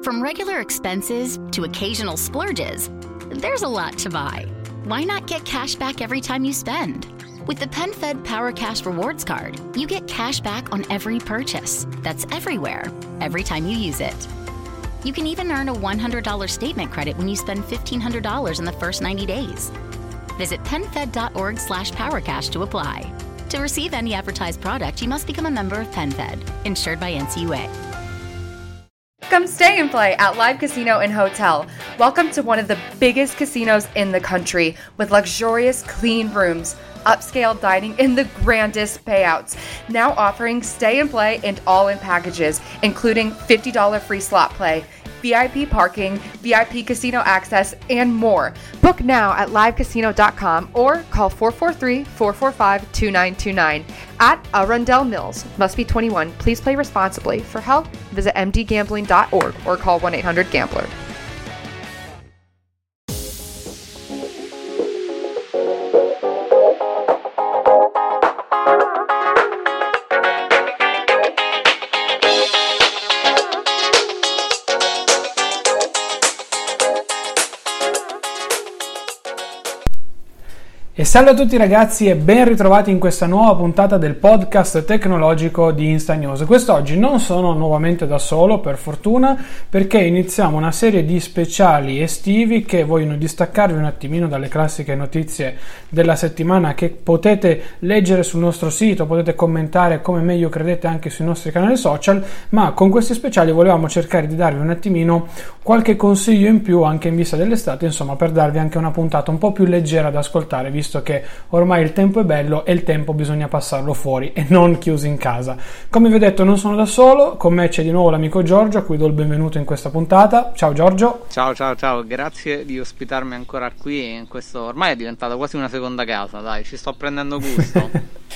From regular expenses to occasional splurges, there's a lot to buy. Why not get cash back every time you spend? With the PenFed Power Cash Rewards Card, you get cash back on every purchase. That's everywhere, every time you use it. You can even earn a $100 statement credit when you spend $1,500 in the first 90 days. Visit PenFed.org/PowerCash to apply. To receive any advertised product, you must become a member of PenFed, insured by NCUA. Come stay and play at Live Casino and Hotel. Welcome to one of the biggest casinos in the country with luxurious, clean rooms, upscale dining, and the grandest payouts. Now offering stay and play and all-in packages, including $50 free slot play, VIP parking, VIP casino access, and more. Book now at livecasino.com or call 443-445-2929 at Arundel Mills. Must be 21. Please play responsibly. For help, visit mdgambling.org or call 1-800-GAMBLER. E salve a tutti ragazzi e ben ritrovati in questa nuova puntata del podcast tecnologico di Instanews. Quest'oggi non sono nuovamente da solo, per fortuna, perché iniziamo una serie di speciali estivi che vogliono distaccarvi un attimino dalle classiche notizie della settimana che potete leggere sul nostro sito, potete commentare come meglio credete anche sui nostri canali social, ma con questi speciali volevamo cercare di darvi un attimino qualche consiglio in più anche in vista dell'estate, insomma, per darvi anche una puntata un po' più leggera da ascoltare, visto che ormai il tempo è bello e il tempo bisogna passarlo fuori e non chiusi in casa. Come vi ho detto, non sono da solo, con me c'è di nuovo l'amico Giorgio, a cui do il benvenuto in questa puntata. Ciao Giorgio. Ciao, grazie di ospitarmi ancora qui in questo, ormai è diventata quasi una seconda casa, dai, ci sto prendendo gusto.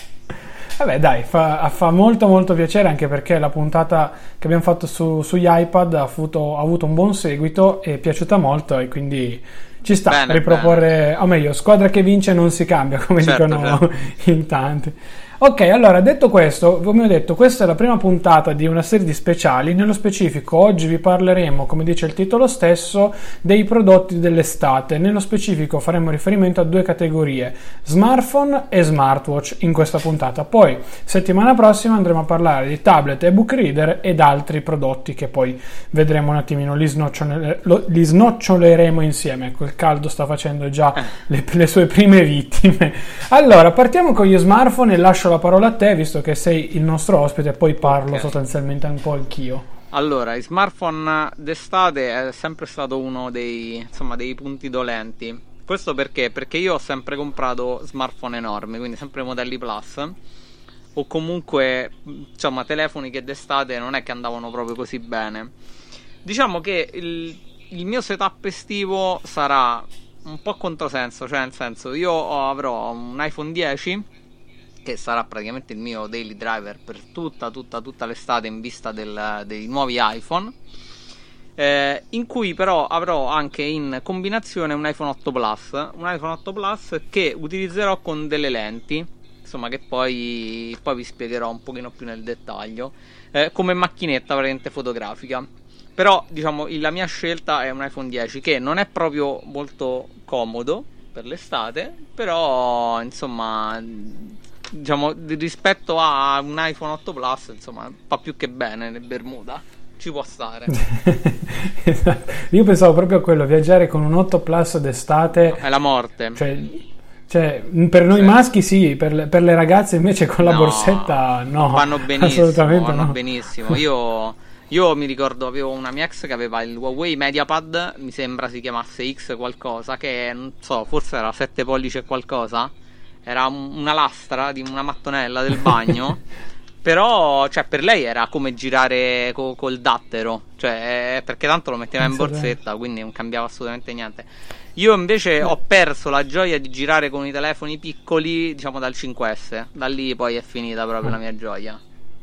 Vabbè dai, fa molto piacere, anche perché la puntata che abbiamo fatto sugli iPad ha avuto un buon seguito, è piaciuta molto e quindi ci sta riproporre, o meglio, squadra che vince non si cambia, come dicono in tanti. Ok, allora, detto questo, come ho detto, questa è la prima puntata di una serie di speciali. Nello specifico oggi vi parleremo, come dice il titolo stesso, dei prodotti dell'estate. Nello specifico faremo riferimento a due categorie, smartphone e smartwatch in questa puntata. Poi settimana prossima andremo a parlare di tablet, ebook reader ed altri prodotti che poi vedremo un attimino, li snoccioleremo insieme. Ecco, il caldo sta facendo già le sue prime vittime. Allora, partiamo con gli smartphone e lascio la parola a te, visto che sei il nostro ospite, e poi parlo sostanzialmente un po' anch'io. Allora, i smartphone d'estate è sempre stato uno dei punti dolenti. Questo perché? Perché io ho sempre comprato smartphone enormi, quindi sempre modelli Plus, o comunque insomma telefoni che d'estate non è che andavano proprio così bene. Diciamo che il mio setup estivo sarà un po' controsenso, cioè nel senso, io avrò un iPhone 10 che sarà praticamente il mio daily driver per tutta l'estate in vista dei nuovi iPhone, in cui però avrò anche in combinazione un iPhone 8 Plus che utilizzerò con delle lenti, insomma, che poi vi spiegherò un pochino più nel dettaglio, come macchinetta praticamente fotografica. Però diciamo la mia scelta è un iPhone 10 che non è proprio molto comodo per l'estate, però insomma, diciamo, rispetto a un iPhone 8 Plus, insomma, fa più che bene nel Bermuda, ci può stare. Esatto. Io pensavo proprio a quello, viaggiare con un 8 Plus d'estate è la morte. Cioè per noi maschi sì, per le ragazze invece con la borsetta no. Vanno benissimo, assolutamente no. benissimo. Io mi ricordo, avevo una mia ex che aveva il Huawei MediaPad, mi sembra si chiamasse X qualcosa, che non so, forse era 7 pollici e qualcosa. Era una lastra di una mattonella del bagno. Però, cioè, per lei era come girare col dattero, cioè, perché tanto lo metteva in borsetta, quindi non cambiava assolutamente niente. Io invece ho perso la gioia di girare con i telefoni piccoli, diciamo dal 5S. Da lì poi è finita proprio la mia gioia.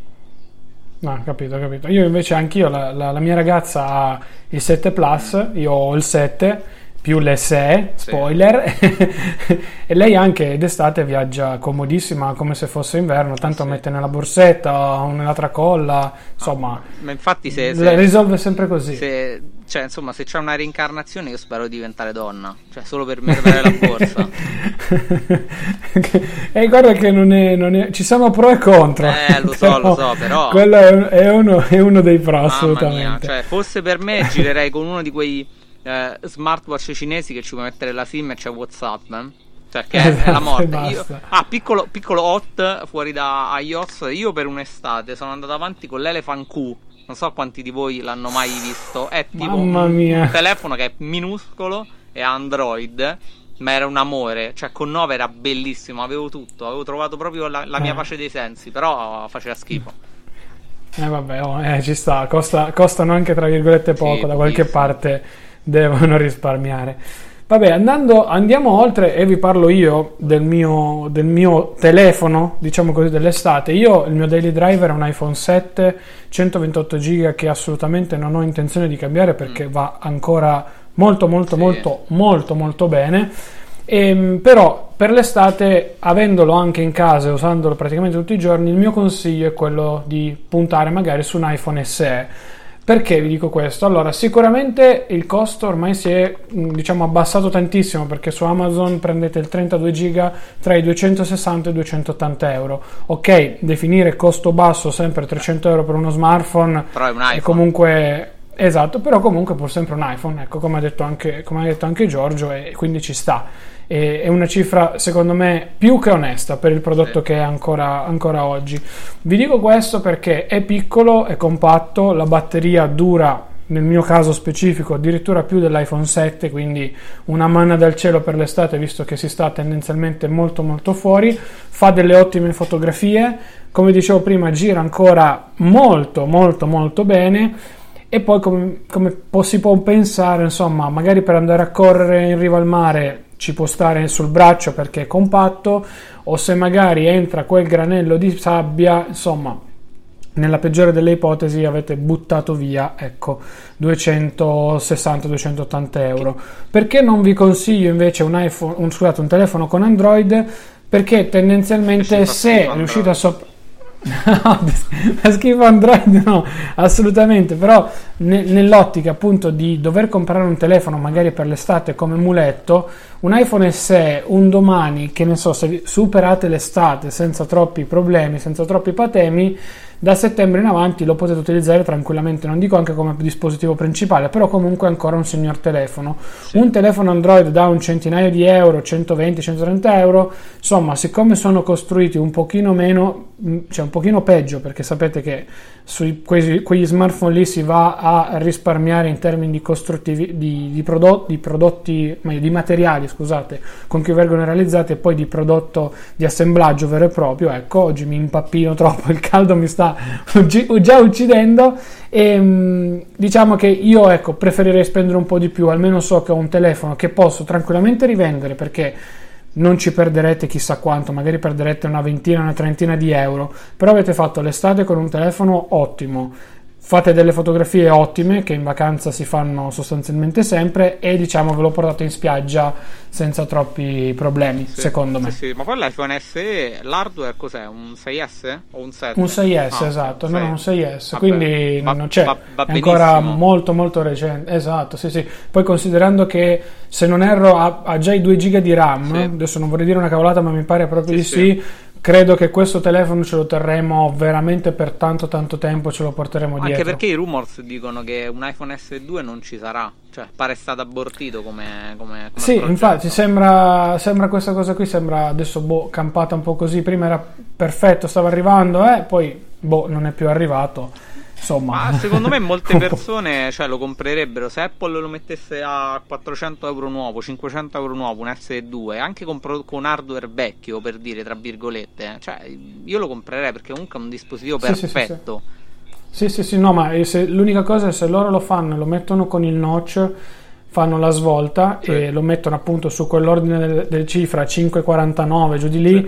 No, capito. Io invece anch'io, la mia ragazza ha il 7 Plus, io ho il 7, più le SE, spoiler, e lei anche d'estate viaggia comodissima come se fosse inverno, tanto mette nella borsetta o nella tracolla, insomma, ma infatti se risolve sempre così. Cioè, insomma, se c'è una reincarnazione io spero di diventare donna, cioè solo per mettere la borsa. E guarda che non è, ci sono pro e contro. Lo so, però quello è uno dei pro, assolutamente. Mamma mia, cioè, fosse per me girerei con uno di quei smartwatch cinesi che ci puoi mettere la SIM e c'è WhatsApp, cioè che è la morte. Piccolo hot fuori da iOS. Io per un'estate sono andato avanti con l'Elephant Q. Non so quanti di voi l'hanno mai visto. È tipo un telefono che è minuscolo e Android, ma era un amore. Cioè con 9 era bellissimo, avevo tutto. Avevo trovato proprio la mia pace dei sensi. Però faceva schifo. Vabbè, ci sta. Costano anche tra virgolette poco, sì, da qualche parte devono risparmiare. Vabbè, andiamo oltre e vi parlo io del mio telefono, diciamo così, dell'estate. Il mio daily driver è un iPhone 7 128 giga che assolutamente non ho intenzione di cambiare perché va ancora molto bene. Però per l'estate, avendolo anche in casa e usandolo praticamente tutti i giorni, il mio consiglio è quello di puntare magari su un iPhone SE. Perché vi dico questo? Allora, sicuramente il costo ormai si è, abbassato tantissimo, perché su Amazon prendete il 32 giga tra i 260 e i 280 euro. Ok, definire costo basso sempre 300 euro per uno smartphone, però è un iPhone. È comunque esatto, però comunque pur sempre un iPhone, ecco, come ha detto anche Giorgio, e quindi ci sta. È una cifra secondo me più che onesta per il prodotto che è ancora oggi. Vi dico questo perché è piccolo, è compatto, la batteria dura, nel mio caso specifico, addirittura più dell'iPhone 7, quindi una manna dal cielo per l'estate, visto che si sta tendenzialmente molto fuori. Fa delle ottime fotografie, come dicevo prima, gira ancora molto bene. E poi come si può pensare, insomma, magari per andare a correre in riva al mare ci può stare sul braccio perché è compatto, o se magari entra quel granello di sabbia, insomma, nella peggiore delle ipotesi avete buttato via, ecco, 260-280 euro. Perché non vi consiglio invece un telefono con Android? Perché tendenzialmente se riuscite a no, schifo Android no, assolutamente, però nell'ottica appunto di dover comprare un telefono magari per l'estate come muletto, un iPhone SE un domani, che ne so, se superate l'estate senza troppi problemi, senza troppi patemi, da settembre in avanti lo potete utilizzare tranquillamente, non dico anche come dispositivo principale, però comunque ancora un signor telefono. Sì. Un telefono Android da un centinaio di euro, 120-130 euro, insomma, siccome sono costruiti un pochino meno, cioè un pochino peggio, perché sapete che su quegli smartphone lì si va a risparmiare in termini di costruttivi, di prodotti, meglio, di materiali, scusate, con cui vengono realizzati, e poi di prodotto di assemblaggio vero e proprio. Ecco, oggi mi impappino troppo, il caldo mi sta già uccidendo, e diciamo che io, ecco, preferirei spendere un po' di più, almeno so che ho un telefono che posso tranquillamente rivendere, perché non ci perderete chissà quanto, magari perderete una ventina, una trentina di euro, però avete fatto l'estate con un telefono ottimo, fate delle fotografie ottime che in vacanza si fanno sostanzialmente sempre, e diciamo ve lo portate in spiaggia senza troppi problemi, sì, secondo me. Sì, ma poi l'iPhone SE, l'hardware cos'è? Un 6S o un 7? Un 6S, esatto, no, un 6S, vabbè, quindi non c'è, va è ancora molto recente, esatto, sì. Poi considerando che, se non erro, ha già i 2 giga di RAM, sì. Adesso non vorrei dire una cavolata, ma mi pare proprio sì. Credo che questo telefono ce lo terremo veramente per tanto tempo, ce lo porteremo dietro. Anche perché i rumors dicono che un iPhone SE2 non ci sarà, cioè pare stato abortito come sì, progetto. Infatti sembra questa cosa qui, sembra adesso campata un po' così, prima era perfetto, stava arrivando, poi non è più arrivato. Insomma, ma secondo me molte persone lo comprerebbero se Apple lo mettesse a 400 euro nuovo, 500 euro nuovo, un SE2, anche con hardware vecchio, per dire, tra virgolette, io lo comprerei, perché comunque è un dispositivo perfetto. Sì, no, ma l'unica cosa è, se loro lo fanno e lo mettono con il notch, fanno la svolta, sì, e lo mettono appunto su quell'ordine del cifra 5,49 giù di lì, sì.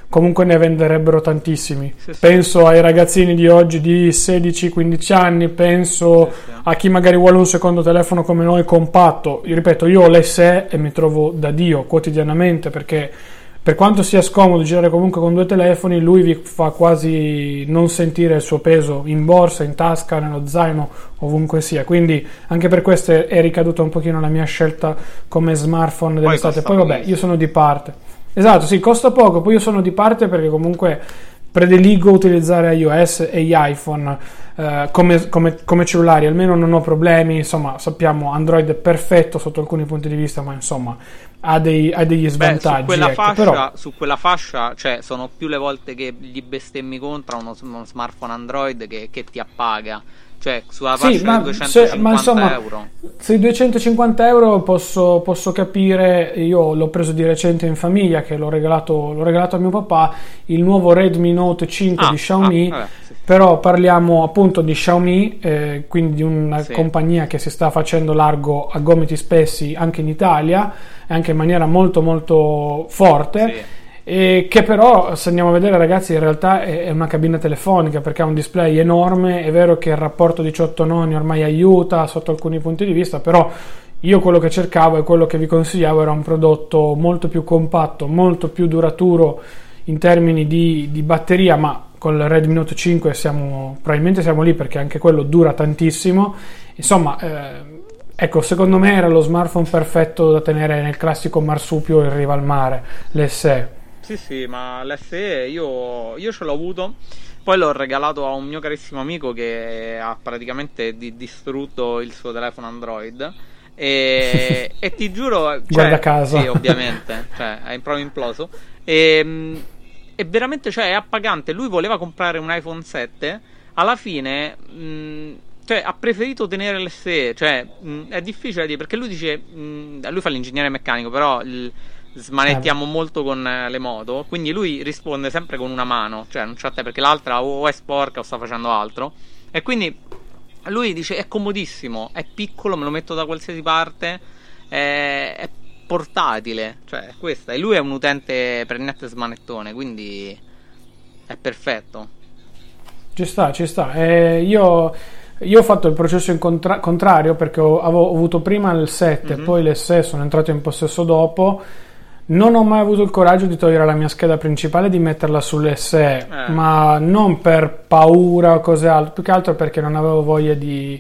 comunque ne venderebbero tantissimi. Sì, sì. Penso ai ragazzini di oggi di 16-15 anni, penso Sì. a chi magari vuole un secondo telefono come noi compatto. Io ripeto, io ho l'SE e mi trovo da Dio quotidianamente, perché per quanto sia scomodo girare comunque con due telefoni, lui vi fa quasi non sentire il suo peso in borsa, in tasca, nello zaino, ovunque sia. Quindi anche per questo è ricaduta un pochino la mia scelta come smartphone dell'estate. Poi vabbè, io sono di parte. Esatto, sì, costa poco, poi io sono di parte perché comunque prediligo utilizzare iOS e gli iPhone come cellulari, almeno non ho problemi. Insomma, sappiamo, Android è perfetto sotto alcuni punti di vista, ma insomma ha degli svantaggi. Su quella fascia, cioè, sono più le volte che gli bestemmi contro uno smartphone Android che ti appaga. Cioè, sulla fascia di 250 euro. Se 250 euro posso capire. Io l'ho preso di recente in famiglia, che l'ho regalato a mio papà, il nuovo Redmi Note 5 di Xiaomi. Sì. Però parliamo appunto di Xiaomi, quindi di una compagnia che si sta facendo largo a gomiti spessi anche in Italia, e anche in maniera molto molto forte. Sì. E che però, se andiamo a vedere, ragazzi, in realtà è una cabina telefonica, perché ha un display enorme. È vero che il rapporto 18 noni ormai aiuta sotto alcuni punti di vista, però io quello che cercavo e quello che vi consigliavo era un prodotto molto più compatto, molto più duraturo in termini di batteria, ma con il Redmi Note 5 probabilmente siamo lì, perché anche quello dura tantissimo. Insomma, ecco, secondo me era lo smartphone perfetto da tenere nel classico marsupio in riva al mare, l'SE. Sì, ma l'SE io ce l'ho avuto, poi l'ho regalato a un mio carissimo amico che ha praticamente distrutto il suo telefono Android e ti giuro, cioè, guarda caso. Sì, ovviamente, cioè, è proprio imploso e veramente, cioè, è appagante. Lui voleva comprare un iPhone 7, alla fine cioè, ha preferito tenere l'SE. Cioè, è difficile da dire, perché lui dice, lui fa l'ingegnere meccanico, però smanettiamo molto con le moto, quindi lui risponde sempre con una mano, cioè non c'è te, perché l'altra o è sporca o sta facendo altro, e quindi lui dice è comodissimo, è piccolo, me lo metto da qualsiasi parte, è portatile, cioè questa, e lui è un utente per net smanettone, quindi è perfetto. Ci sta. Io ho fatto il processo in contrario, perché avevo avuto prima il 7, poi l'SE, sono entrato in possesso dopo. Non ho mai avuto il coraggio di togliere la mia scheda principale e di metterla sull'SE, ma non per paura o cose altre, più che altro perché non avevo voglia di...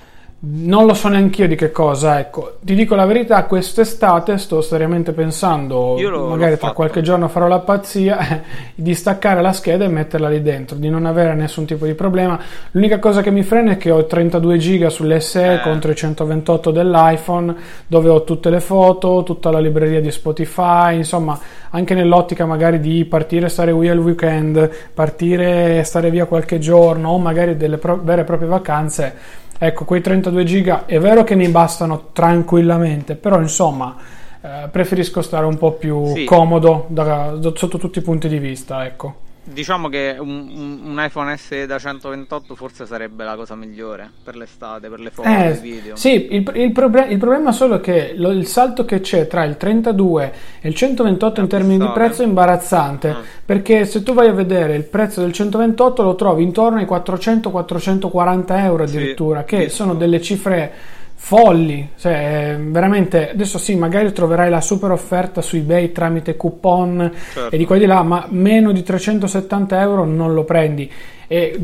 Non lo so neanch'io di che cosa, ecco. Ti dico la verità, quest'estate sto seriamente pensando, magari tra qualche giorno farò la pazzia, di staccare la scheda e metterla lì dentro, di non avere nessun tipo di problema. L'unica cosa che mi frena è che ho 32 giga sull'SE contro i 128 dell'iPhone, dove ho tutte le foto, tutta la libreria di Spotify, insomma, anche nell'ottica magari di partire e stare via il weekend, partire e stare via qualche giorno, o magari delle vere e proprie vacanze. Ecco, quei 32 giga è vero che mi bastano tranquillamente, però insomma preferisco stare un po' più comodo sotto tutti i punti di vista, ecco. Diciamo che un iPhone SE da 128 forse sarebbe la cosa migliore per l'estate, per le foto, i video. Sì, il problema solo è che il salto che c'è tra il 32 e il 128 in termini di prezzo è imbarazzante, perché se tu vai a vedere il prezzo del 128 lo trovi intorno ai 400-440 euro addirittura, che sono delle cifre folli, cioè veramente. Adesso sì, magari troverai la super offerta su eBay tramite coupon e di qua e di là, ma meno di 370 euro non lo prendi, e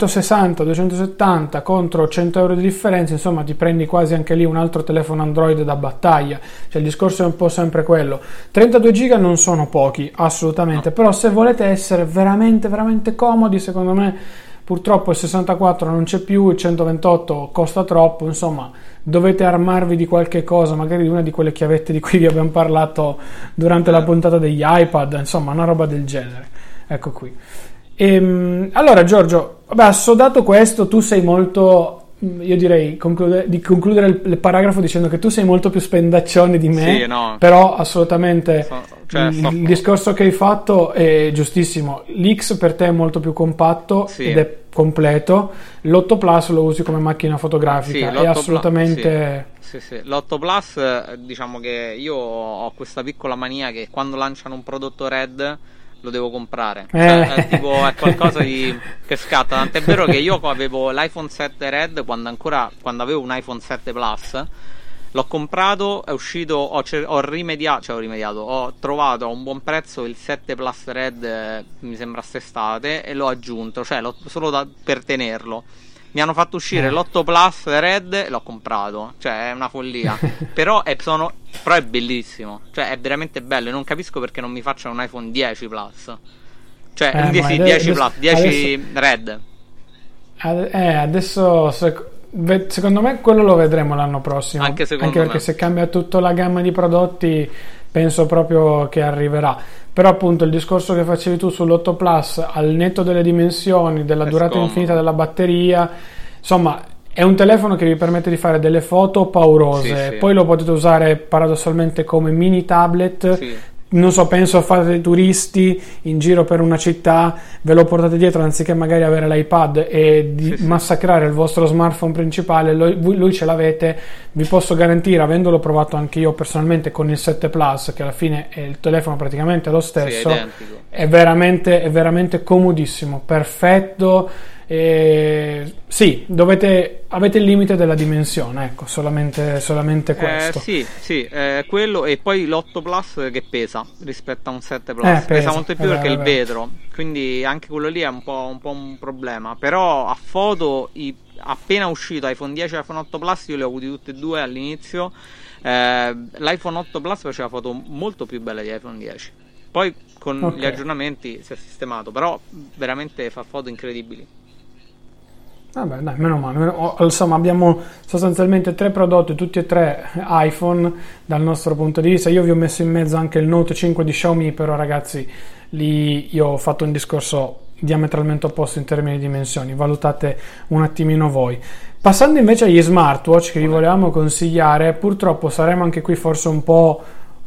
260-270 contro 100 euro di differenza, insomma ti prendi quasi anche lì un altro telefono Android da battaglia. Cioè il discorso è un po' sempre quello. 32 giga non sono pochi, assolutamente, però se volete essere veramente veramente comodi, secondo me purtroppo il 64 non c'è più, il 128 costa troppo, insomma dovete armarvi di qualche cosa, magari di una di quelle chiavette di cui vi abbiamo parlato durante la puntata degli iPad, insomma una roba del genere. Ecco qui. Allora Giorgio, vabbè, assodato questo, tu sei molto... Io direi di concludere il paragrafo dicendo che tu sei molto più spendaccione di me, sì, no. Però assolutamente il discorso che hai fatto è giustissimo. L'X per te è molto più compatto ed è completo. L'8 Plus lo usi come macchina fotografica, è assolutamente... Sì. L'8 Plus, diciamo che io ho questa piccola mania che quando lanciano un prodotto Red lo devo comprare. Cioè, è qualcosa che scatta. Tant'è vero che io avevo l'iPhone 7 Red quando avevo un iPhone 7 Plus. L'ho comprato, è uscito, ho rimediato, ho trovato a un buon prezzo il 7 Plus Red, mi sembra quest'estate, e l'ho aggiunto, cioè solo per tenerlo. Mi hanno fatto uscire l'8 Plus Red e l'ho comprato, cioè è una follia. Però è bellissimo, cioè è veramente bello, e non capisco perché non mi facciano un iPhone 10 Plus. Cioè, 10 Plus, 10 Red. Adesso secondo me quello lo vedremo l'anno prossimo, anche perché se cambia tutta la gamma di prodotti penso proprio che arriverà. Però appunto il discorso che facevi tu sull'8 Plus, al netto delle dimensioni, della durata infinita della batteria, insomma è un telefono che vi permette di fare delle foto paurose. Sì. Poi lo potete usare paradossalmente come mini tablet. Sì. Non so, penso fate dei turisti in giro per una città, ve lo portate dietro anziché magari avere l'iPad e massacrare il vostro smartphone principale, lui ce l'avete. Vi posso garantire, avendolo provato anche io personalmente con il 7 Plus, che alla fine è il telefono praticamente lo stesso, è veramente comodissimo, perfetto. Sì, avete il limite della dimensione, ecco, solamente questo. Quello, e poi l'8 Plus che pesa rispetto a un 7 Plus, pesa molto di più perché il vetro, quindi anche quello lì è un po' un problema. Però a foto, appena uscito iPhone 10 e iPhone 8 Plus, io li ho avuti tutti e due all'inizio. L'iPhone 8 Plus faceva foto molto più belle di iPhone 10. Poi con gli aggiornamenti si è sistemato, però veramente fa foto incredibili. Vabbè, dai, meno male. Insomma, abbiamo sostanzialmente 3 prodotti, tutti e 3 iPhone dal nostro punto di vista. Io vi ho messo in mezzo anche il Note 5 di Xiaomi, però ragazzi, lì io ho fatto un discorso diametralmente opposto in termini di dimensioni. Valutate un attimino voi. Passando invece agli smartwatch che vi volevamo consigliare, purtroppo saremo anche qui forse un po'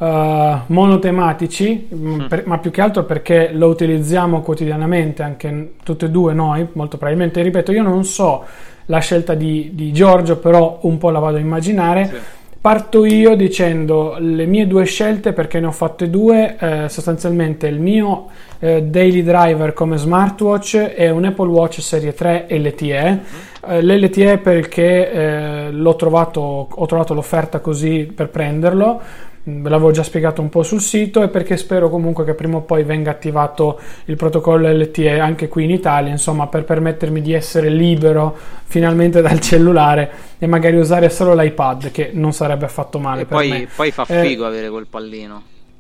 monotematici, ma più che altro perché lo utilizziamo quotidianamente anche tutti e due noi, molto probabilmente. Ripeto, io non so la scelta di Giorgio, però un po' la vado a immaginare. Parto io dicendo le mie 2 scelte, perché ne ho fatte 2. Sostanzialmente il mio daily driver come smartwatch è un Apple Watch Serie 3 LTE. L'LTE perché ho trovato l'offerta così per prenderlo. Ve l'avevo già spiegato un po' sul sito, e perché spero comunque che prima o poi venga attivato il protocollo LTE anche qui in Italia, insomma, per permettermi di essere libero finalmente dal cellulare e magari usare solo l'iPad, che non sarebbe affatto male per me. Poi fa figo avere quel pallino.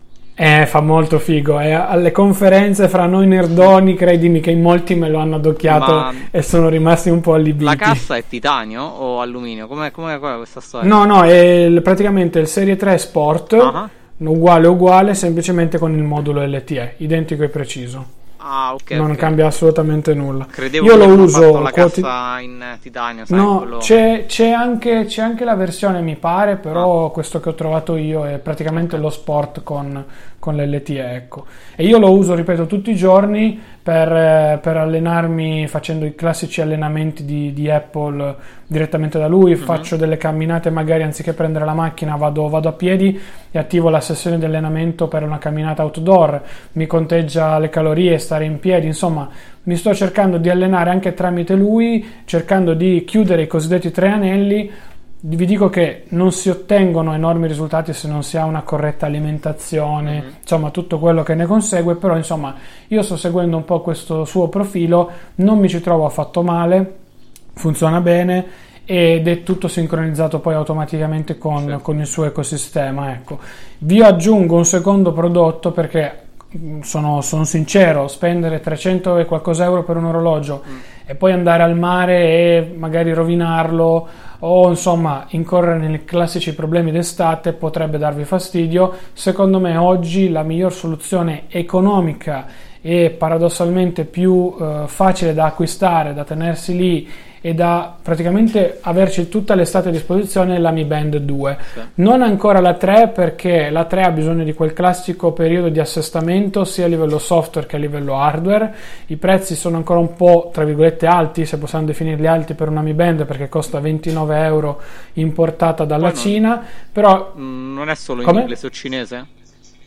Fa molto figo. Alle conferenze fra noi nerdoni, credimi che in molti me lo hanno addocchiato e sono rimasti un po' allibiti. La cassa è titanio o alluminio? Com'è questa storia? No, è praticamente il Serie 3 Sport, uguale, semplicemente con il modulo LTE, identico e preciso. Non cambia assolutamente nulla. Credevo io che lo uso la cassa in titanio, sai, no, quello... c'è anche la versione, mi pare, però questo che ho trovato io è praticamente lo Sport con l'LTE, ecco. E io lo uso, ripeto, tutti i giorni per allenarmi, facendo i classici allenamenti di Apple direttamente da lui. Faccio delle camminate, magari anziché prendere la macchina vado a piedi e attivo la sessione di allenamento per una camminata outdoor, mi conteggia le calorie, stare in piedi, insomma mi sto cercando di allenare anche tramite lui, cercando di chiudere i cosiddetti 3 anelli. Vi dico che non si ottengono enormi risultati se non si ha una corretta alimentazione, insomma tutto quello che ne consegue, però insomma io sto seguendo un po' questo suo profilo, non mi ci trovo affatto male, funziona bene ed è tutto sincronizzato poi automaticamente con il suo ecosistema, ecco. Vi aggiungo un secondo prodotto perché sono sincero, spendere 300 e qualcosa euro per un orologio e poi andare al mare e magari rovinarlo o insomma incorrere nei classici problemi d'estate potrebbe darvi fastidio. Secondo me oggi la miglior soluzione economica e paradossalmente più facile da acquistare, da tenersi lì e da praticamente averci tutta l'estate a disposizione è la Mi Band 2. Non ancora la 3, perché la 3 ha bisogno di quel classico periodo di assestamento sia a livello software che a livello hardware. I prezzi sono ancora un po' tra virgolette alti, se possiamo definirli alti, per una Mi Band, perché costa 29 euro importata dalla Cina. Però non è solo in inglese o cinese?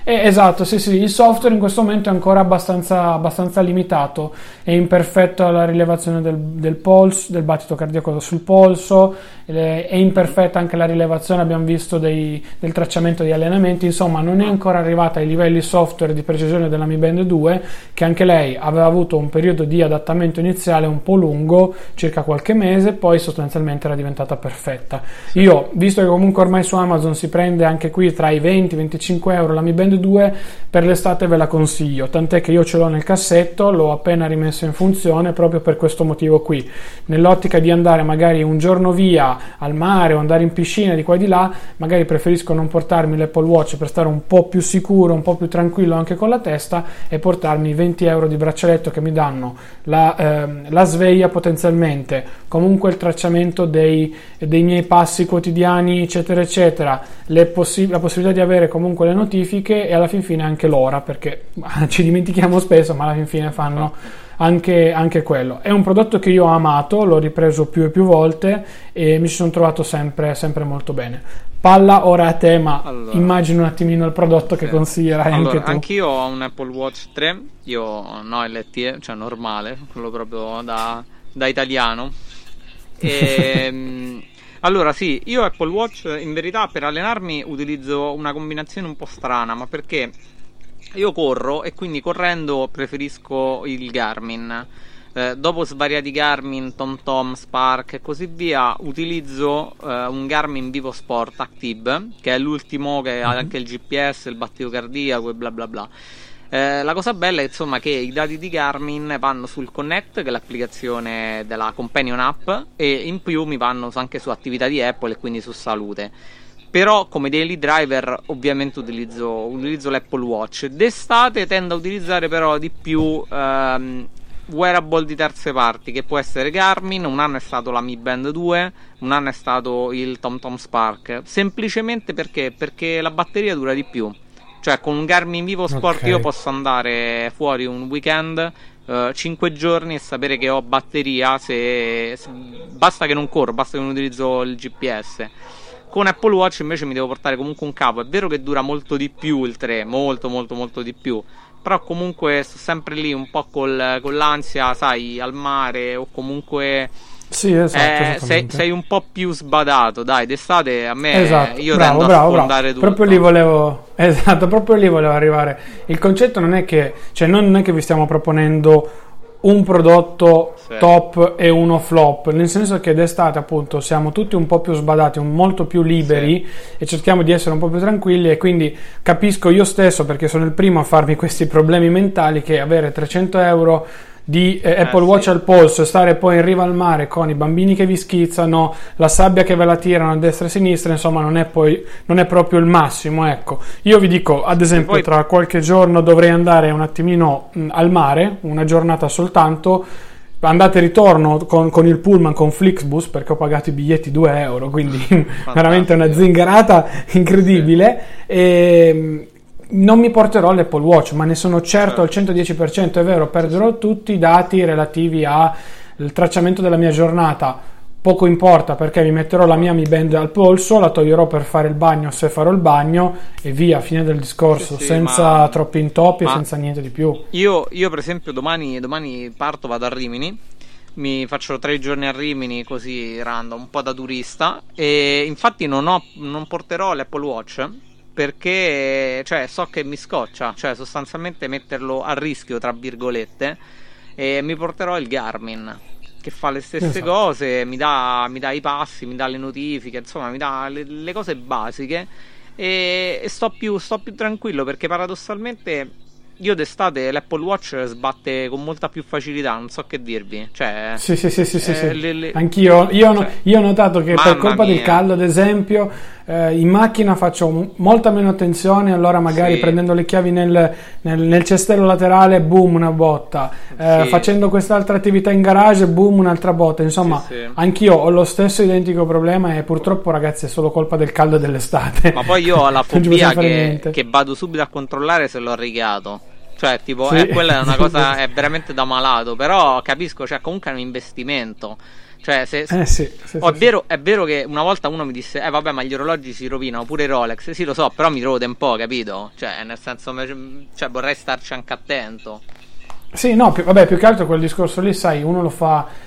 Esatto, sì, il software in questo momento è ancora abbastanza limitato, è imperfetta la rilevazione del polso, del battito cardiaco sul polso, è imperfetta anche la rilevazione, abbiamo visto, del tracciamento di allenamenti, insomma non è ancora arrivata ai livelli software di precisione della Mi Band 2, che anche lei aveva avuto un periodo di adattamento iniziale un po' lungo, circa qualche mese, poi sostanzialmente era diventata perfetta. Io, visto che comunque ormai su Amazon si prende anche qui tra i 20 e 25 euro la Mi Band 2, per l'estate ve la consiglio, tant'è che io ce l'ho nel cassetto, l'ho appena rimesso in funzione proprio per questo motivo qui, nell'ottica di andare magari un giorno via al mare o andare in piscina di qua e di là, magari preferisco non portarmi l'Apple Watch per stare un po' più sicuro, un po' più tranquillo anche con la testa, e portarmi 20 euro di braccialetto che mi danno la sveglia potenzialmente, comunque il tracciamento dei miei passi quotidiani eccetera eccetera, la possibilità di avere comunque le notifiche, e alla fin fine anche l'ora, perché ci dimentichiamo spesso, ma alla fin fine fanno anche quello. È un prodotto che io ho amato, l'ho ripreso più e più volte e mi ci sono trovato sempre molto bene. Palla ora a te, ma allora, immagino un attimino il prodotto che consiglierai anche tu. Anch'io ho un Apple Watch 3, io no LTE, cioè normale, quello proprio da italiano. Allora sì, io Apple Watch in verità per allenarmi utilizzo una combinazione un po' strana, ma perché io corro e quindi correndo preferisco il Garmin. Dopo svariati Garmin, TomTom, Spark e così via, utilizzo un Garmin Vivo Sport Active, che è l'ultimo, che ha anche il GPS, il battito cardiaco e bla bla bla. La cosa bella è insomma che i dati di Garmin vanno sul Connect, che è l'applicazione della Companion App, e in più mi vanno anche su attività di Apple e quindi su salute. Però come daily driver ovviamente utilizzo l'Apple Watch. D'estate tendo a utilizzare però di più wearable di terze parti, che può essere Garmin, un anno è stato la Mi Band 2, un anno è stato il TomTom Spark, semplicemente perché la batteria dura di più. Cioè con un Garmin Vivo Sport io posso andare fuori un weekend 5 giorni e sapere che ho batteria, se basta che non corro, basta che non utilizzo il GPS. Con Apple Watch invece mi devo portare comunque un capo. È vero che dura molto di più il 3, molto di più, però comunque sto sempre lì un po' con l'ansia, sai, al mare, o comunque sì, esatto, sei un po' più sbadato, dai, d'estate a me io tendo a sfondare tutto. Proprio lì volevo arrivare. Il concetto non è che, cioè non è che vi stiamo proponendo un prodotto top e uno flop, nel senso che d'estate appunto siamo tutti un po' più sbadati, molto più liberi, e cerchiamo di essere un po' più tranquilli, e quindi capisco io stesso, perché sono il primo a farmi questi problemi mentali, che avere 300 euro di Apple Watch al polso e stare poi in riva al mare con i bambini che vi schizzano, la sabbia che ve la tirano a destra e a sinistra, insomma non è proprio il massimo, ecco. Io vi dico, ad esempio, tra qualche giorno dovrei andare un attimino al mare, una giornata soltanto, andate e ritorno con il pullman, con Flixbus, perché ho pagato i biglietti 2 euro, quindi veramente una zingarata incredibile. E non mi porterò l'Apple Watch, ma ne sono certo al 110%, è vero, perderò tutti i dati relativi al tracciamento della mia giornata, poco importa, perché mi metterò la mia Mi Band al polso, la toglierò per fare il bagno se farò il bagno, e via, fine del discorso, senza troppi intoppi e senza niente di più. Io per esempio domani parto, vado a Rimini, mi faccio 3 giorni a Rimini così random, un po' da turista, e infatti non porterò l'Apple Watch, perché cioè so che mi scoccia, cioè sostanzialmente metterlo a rischio tra virgolette, e mi porterò il Garmin, che fa le stesse cose, mi dà i passi, mi dà le notifiche, insomma mi dà le cose basiche, e sto più tranquillo, perché paradossalmente io d'estate l'Apple Watch sbatte con molta più facilità, non so che dirvi, cioè sì. Anch'io ho notato che per colpa del caldo, ad esempio, in macchina faccio molta meno attenzione, allora magari prendendo le chiavi nel cestello laterale, boom, una botta, facendo quest'altra attività in garage, boom, un'altra botta, insomma anch'io ho lo stesso identico problema, e purtroppo, ragazzi, è solo colpa del caldo dell'estate. Ma poi io ho la fobia che vado subito a controllare se l'ho rigato. Cioè, tipo, quella è una cosa, è veramente da malato, però capisco, cioè, comunque è un investimento. Cioè, è vero che una volta uno mi disse vabbè, ma gli orologi si rovinano, pure i Rolex. Sì, lo so, però mi rode un po', capito? Cioè, nel senso, vorrei starci anche attento. Sì, no, più che altro quel discorso lì, sai, uno lo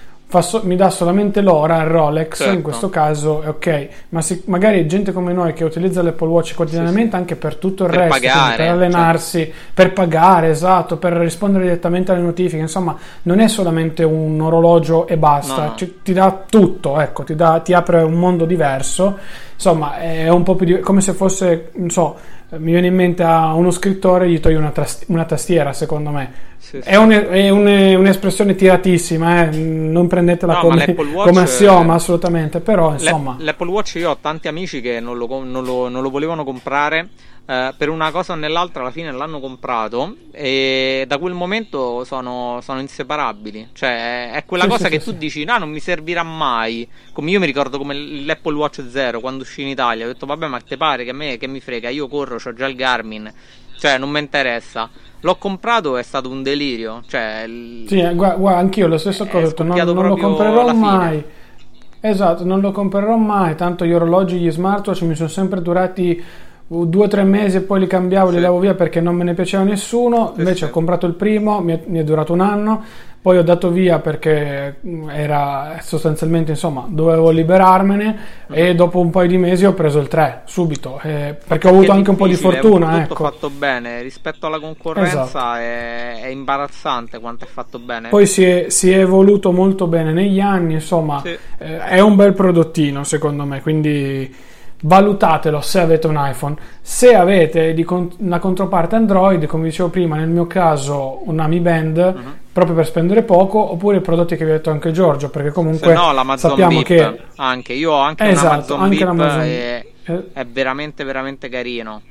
mi dà solamente l'ora, il Rolex, certo. In questo caso è ok, ma magari gente come noi che utilizza l'Apple Watch quotidianamente, sì. Anche per tutto il resto, pagare, per allenarsi, certo. Per pagare, esatto, per rispondere direttamente alle notifiche, insomma, non è solamente un orologio e basta, no. Ti dà tutto, ecco, ti apre un mondo diverso, insomma, è un po' più come se fosse, non so, mi viene in mente a uno scrittore gli togli una tastiera, secondo me. Sì. È un'espressione tiratissima, non prendetela come assioma, assolutamente, però insomma l'Apple Watch, io ho tanti amici che non lo volevano comprare, per una cosa o nell'altra alla fine l'hanno comprato e da quel momento sono inseparabili, cioè è quella cosa che tu dici no, non mi servirà mai, come io mi ricordo come l'Apple Watch 0 quando uscì in Italia, ho detto vabbè, ma te pare che a me che mi frega, io corro, c'ho già il Garmin, cioè non mi interessa. L'ho comprato, è stato un delirio, cioè sì, guarda, anch'io lo stesso cosa, non lo comprerò mai. Esatto, non lo comprerò mai, tanto gli orologi, gli smartwatch mi sono sempre durati 2 o 3 mesi e poi li cambiavo, li davo via perché non me ne piaceva nessuno. Invece ho comprato il primo, mi è durato un anno, poi ho dato via perché era sostanzialmente, insomma, dovevo liberarmene, e dopo un paio di mesi ho preso il 3 subito, perché ho avuto anche un po' di fortuna. È un prodotto fatto bene rispetto alla concorrenza, esatto. È imbarazzante quanto è fatto bene. Poi si è evoluto molto bene negli anni, insomma, sì. È un bel prodottino secondo me, quindi valutatelo se avete un iPhone. Se avete una controparte Android, come dicevo prima, nel mio caso un Mi Band, proprio per spendere poco, oppure i prodotti che vi ha detto anche Giorgio, perché comunque sappiamo Beep, che anche io ho anche esatto, un Amazon Beep, è veramente veramente carino.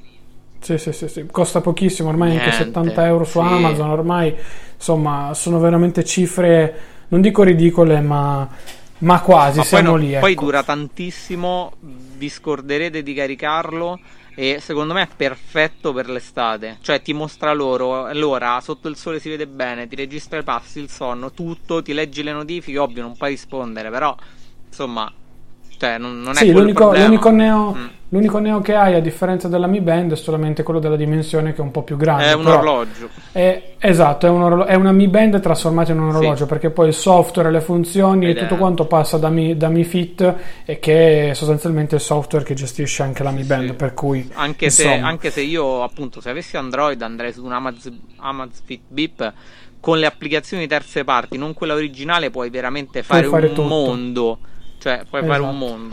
Sì, costa pochissimo, ormai anche 70 euro su Amazon, ormai insomma sono veramente cifre, non dico ridicole, ma quasi, siamo lì. Poi dura tantissimo, vi scorderete di caricarlo, e secondo me è perfetto per l'estate, cioè ti mostra l'ora, sotto il sole si vede bene, ti registra i passi, il sonno, tutto, ti leggi le notifiche, ovvio non puoi rispondere, però insomma, cioè non è quello il problema. L'unico neo che hai, a differenza della Mi Band, è solamente quello della dimensione, che è un po' più grande. È un orologio. Esatto, è una Mi Band trasformata in un orologio, perché poi il software, le funzioni e tutto quanto passa da Mi Fit, e che è sostanzialmente il software che gestisce anche la Mi Band, per cui anche se io, appunto, se avessi Android andrei su un Amazfit Beep con le applicazioni terze parti, non quella originale, puoi veramente fare un mondo. Cioè, puoi fare un mondo.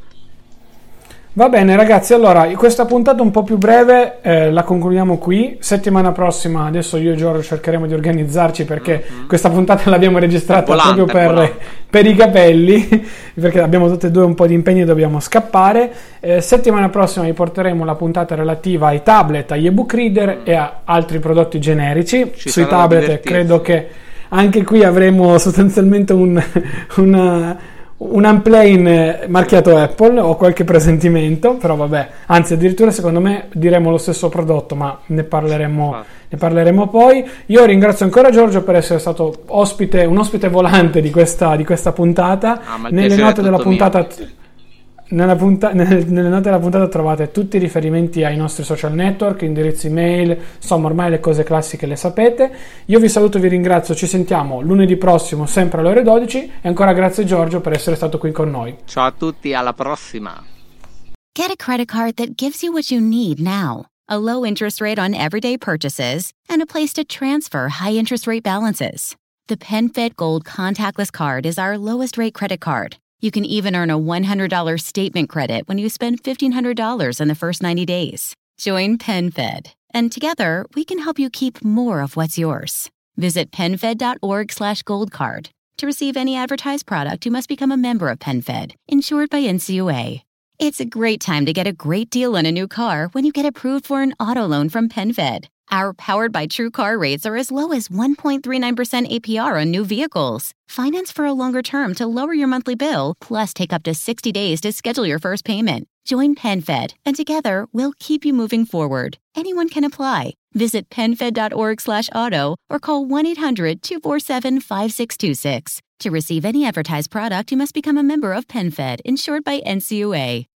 Va bene ragazzi, allora questa puntata un po' più breve la concludiamo qui. Settimana prossima adesso io e Giorgio cercheremo di organizzarci, perché questa puntata l'abbiamo registrata proprio per i capelli, perché abbiamo tutte e due un po' di impegni e dobbiamo scappare. Settimana prossima vi porteremo la puntata relativa ai tablet, agli ebook reader e a altri prodotti generici. Sui tablet credo che anche qui avremo sostanzialmente un unplane marchiato Apple, o qualche presentimento, però vabbè, anzi addirittura secondo me diremo lo stesso prodotto, ma ne parleremo poi. Io ringrazio ancora Giorgio per essere stato un ospite volante di questa puntata. Nelle note della puntata nelle note della puntata trovate tutti i riferimenti ai nostri social network, indirizzi mail, insomma ormai le cose classiche le sapete. Io vi saluto, vi ringrazio, ci sentiamo lunedì prossimo sempre alle ore 12, e ancora grazie Giorgio per essere stato qui con noi. Ciao a tutti, alla prossima. Get a credit card that gives you what you need now. A low interest rate on everyday purchases and a place to transfer high interest rate balances. The PenFed Gold Contactless Card is our lowest rate credit card. You can even earn a $100 statement credit when you spend $1,500 in the first 90 days. Join PenFed, and together we can help you keep more of what's yours. Visit PenFed.org/goldcard. To receive any advertised product, you must become a member of PenFed, insured by NCUA. It's a great time to get a great deal on a new car when you get approved for an auto loan from PenFed. Our Powered by True car rates are as low as 1.39% APR on new vehicles. Finance for a longer term to lower your monthly bill, plus take up to 60 days to schedule your first payment. Join PenFed, and together we'll keep you moving forward. Anyone can apply. Visit PenFed.org/auto or call 1-800-247-5626. To receive any advertised product, you must become a member of PenFed, insured by NCUA.